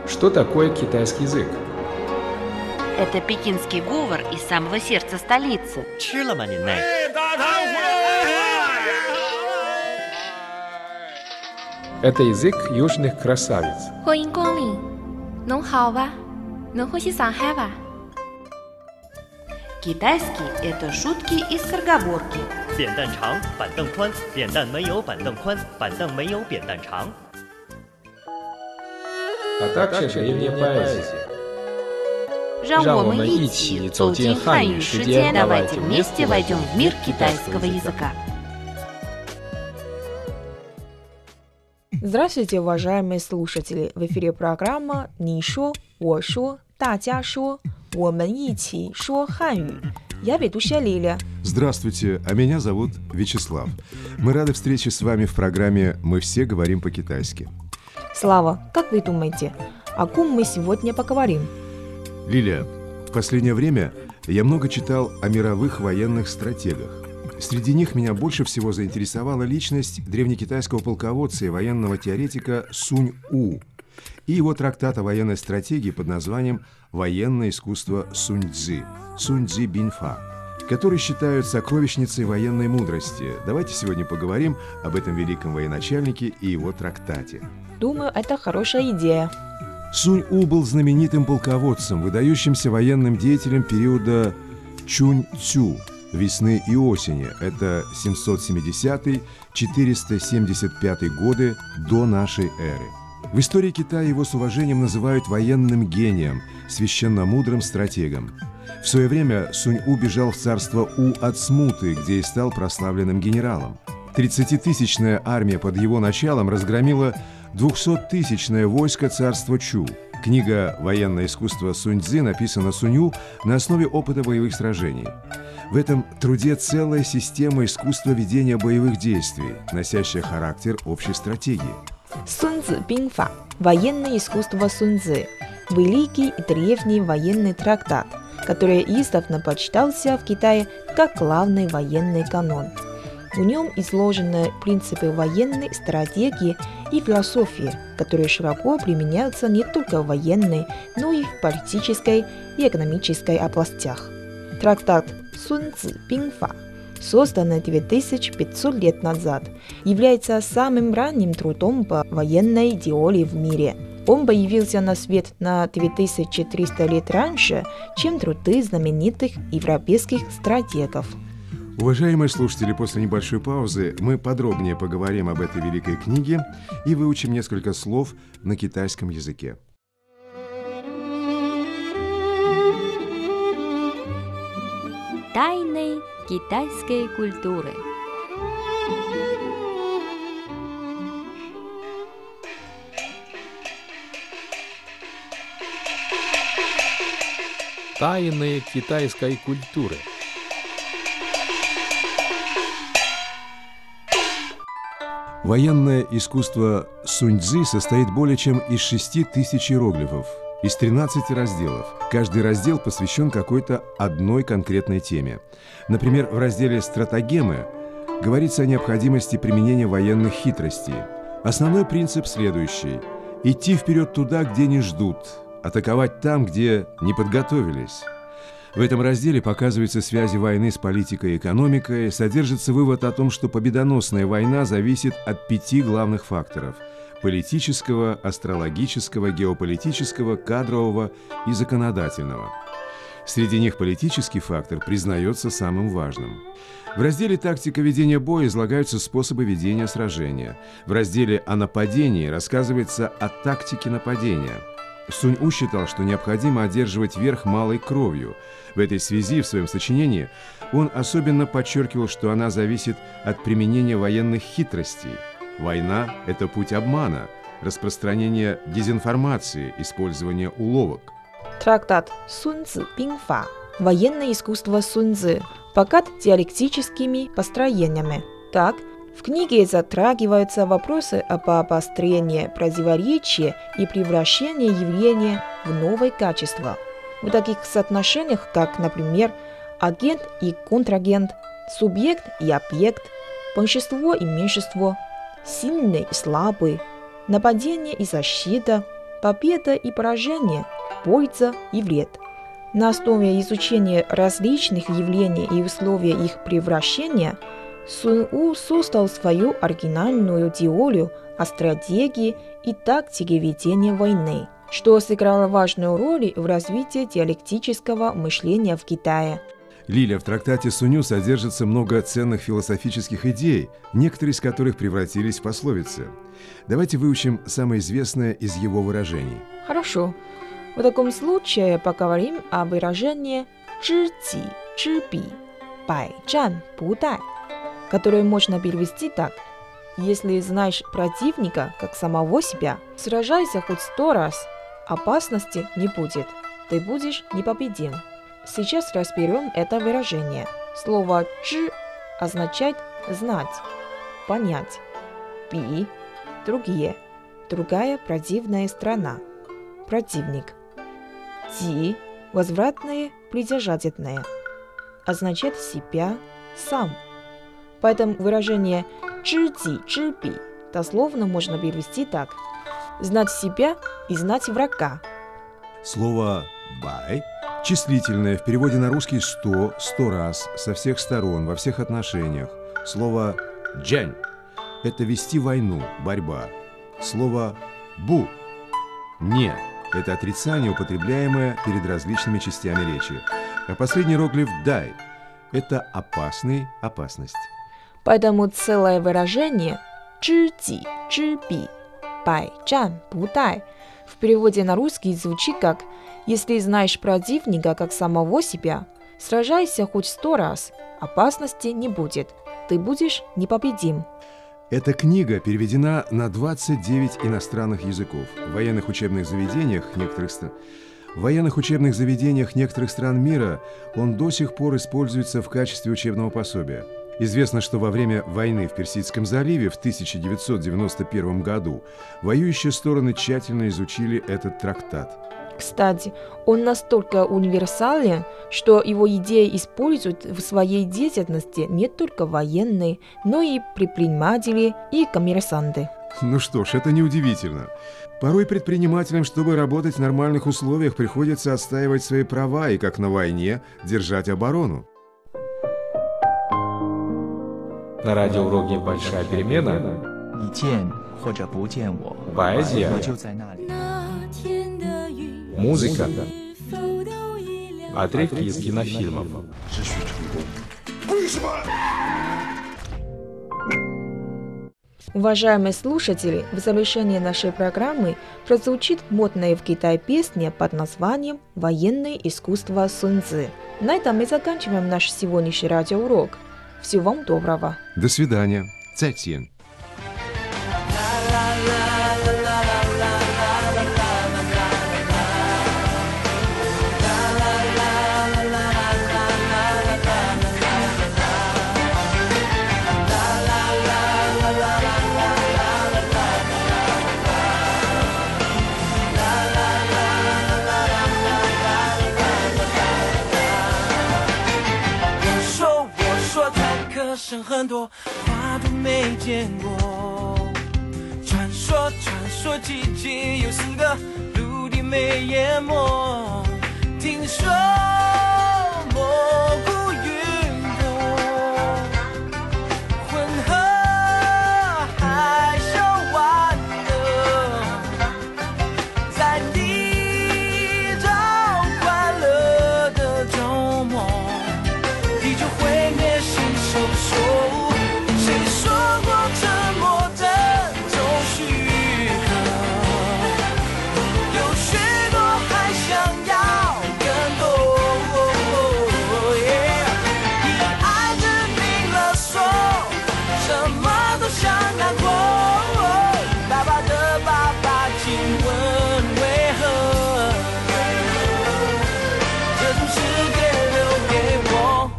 Что такое китайский язык? Это пекинский говор из самого сердца столицы. Это язык южных красавиц. 欢迎光临，侬好吧？侬欢喜上海吧？ Китайский – это шутки и скороговорки. 扁担长，板凳宽，扁担没有板凳宽，板凳没有扁担长。 А также древняя поэзия. 让我们一起走进汉语世界，давайте вместе войдем в мир китайского языка. Здравствуйте, уважаемые слушатели! В эфире программа «你说我说大家说我们一起说汉语». Я ведущая Лиля. Здравствуйте, а меня зовут Вячеслав. Мы рады встрече с вами в программе «Мы все говорим по-китайски». Слава, как вы думаете, о ком мы сегодня поговорим? Лиля, в последнее время я много читал о мировых военных стратегах. Среди них меня больше всего заинтересовала личность древнекитайского полководца и военного теоретика Сунь-У и его трактат о военной стратегии под названием «Военное искусство Сунь-Цзы» Сунь-Цзы Биньфа, который считают сокровищницей военной мудрости. Давайте сегодня поговорим об этом великом военачальнике и его трактате. Думаю, это хорошая идея. Сунь-У был знаменитым полководцем, выдающимся военным деятелем периода Чунь-Цю, весны и осени. Это 770-475 годы до нашей эры. В истории Китая его с уважением называют военным гением, священномудрым стратегом. В свое время Сунь-У бежал в царство У от смуты, где и стал прославленным генералом. 30-тысячная армия под его началом разгромила 200-тысячное войско царства Чу. Книга «Военное искусство Сунь-Цзы» написана Сунь-У на основе опыта боевых сражений. В этом труде целая система искусства ведения боевых действий, носящая характер общей стратегии. Сунь-Цзы Биньфа – военное искусство Сунь-Цзы, великий и древний военный трактат, который издавна почитался в Китае как главный военный канон. В нем изложены принципы военной стратегии и философии, которые широко применяются не только в военной, но и в политической и экономической областях. Трактат Сунь-Цзы Биньфа, созданный 2500 лет назад, является самым ранним трудом по военной теории в мире. Он появился на свет на 2300 лет раньше, чем труды знаменитых европейских стратегов. Уважаемые слушатели, после небольшой паузы мы подробнее поговорим об этой великой книге и выучим несколько слов на китайском языке. Тайны китайской культуры. Тайны китайской культуры. Военное искусство Сунь-Цзы состоит более чем из 6000 иероглифов, из 13 разделов. Каждый раздел посвящен какой-то одной конкретной теме. Например, в разделе «Стратагемы» говорится о необходимости применения военных хитростей. Основной принцип следующий: идти вперед туда, где не ждут, атаковать там, где не подготовились. В этом разделе показываются связи войны с политикой и экономикой, содержится вывод о том, что победоносная война зависит от 5 главных факторов – политического, астрологического, геополитического, кадрового и законодательного. Среди них политический фактор признается самым важным. В разделе «Тактика ведения боя» излагаются способы ведения сражения. В разделе «О нападении» рассказывается о тактике нападения. Сунь-У считал, что необходимо одерживать верх малой кровью. В этой связи в своем сочинении он особенно подчеркивал, что она зависит от применения военных хитростей. Война – это путь обмана, распространение дезинформации, использование уловок. Трактат Сунь-Цзы Биньфа – военное искусство Сунь-Цзы, богат диалектическими построениями. Так, в книге затрагиваются вопросы об обострении противоречия и превращении явления в новое качество. В таких соотношениях, как, например, агент и контрагент, субъект и объект, большинство и меньшинство, сильный и слабый, нападение и защита, победа и поражение, польза и вред. На основе изучения различных явлений и условий их превращения Сун У создал свою оригинальную теорию о стратегии и тактике ведения войны, что сыграло важную роль в развитии диалектического мышления в Китае. Лиля, в трактате Суню содержится много ценных философических идей, некоторые из которых превратились в пословицы. Давайте выучим самое известное из его выражений. Хорошо. В таком случае поговорим о выражении «知己知彼, 百战不殆», которое можно перевести так: если знаешь противника как самого себя, сражайся хоть 100 раз, опасности не будет, ты будешь непобедим. Сейчас разберем это выражение. Слово «чжи» означает «знать», «понять», «пи» – «другие», «другая противная страна», «противник», «ти» – «возвратное, придержательное», означает «себя», «сам». Поэтому выражение «чжи чжи-пи» дословно можно перевести так: знать себя и знать врага. Слово «бай» числительное, в переводе на русский 100, 100 раз, со всех сторон, во всех отношениях. Слово «джань» – это вести войну, борьба. Слово «бу» – «не» – это отрицание, употребляемое перед различными частями речи. А последний иероглиф «дай» – это опасный, опасность. Поэтому целое выражение «知己知彼, 百战不殆» в переводе на русский звучит как: если знаешь противника как самого себя, сражайся хоть 100 раз, опасности не будет, ты будешь непобедим. Эта книга переведена на 29 иностранных языков. В военных учебных заведениях некоторых стран мира он до сих пор используется в качестве учебного пособия. Известно, что во время войны в Персидском заливе в 1991 году воюющие стороны тщательно изучили этот трактат. Кстати, он настолько универсален, что его идеи используют в своей деятельности не только военные, но и предприниматели и коммерсанты. Ну что ж, это неудивительно. Порой предпринимателям, чтобы работать в нормальных условиях, приходится отстаивать свои права и, как на войне, держать оборону. На радиоуроке «Большая перемена» поэзия, музыка, отрывки из кинофильмов. Уважаемые слушатели, в завершении нашей программы прозвучит модная в Китае песня под названием «Военное искусство Сунь Цзы». На этом мы заканчиваем наш сегодняшний радиоурок. Всего вам доброго. До свидания. Цайтьен. 声很多，话都没见过。传说季节有4个，陆地没淹没。听说蘑菇云朵，混合海啸玩的，在你找快乐的周末，地球毁灭时。谁说过沉默的种许可？有许多还想要更多。你爱证明了说，什么都想难过。爸爸的爸爸，请问为何？这种世界留给我。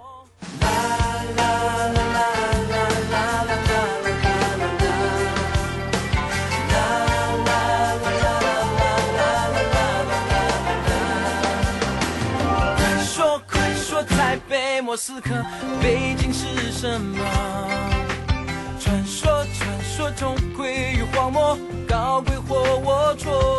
莫斯科，北京是什么？传说中规与荒漠，高贵或龌龊。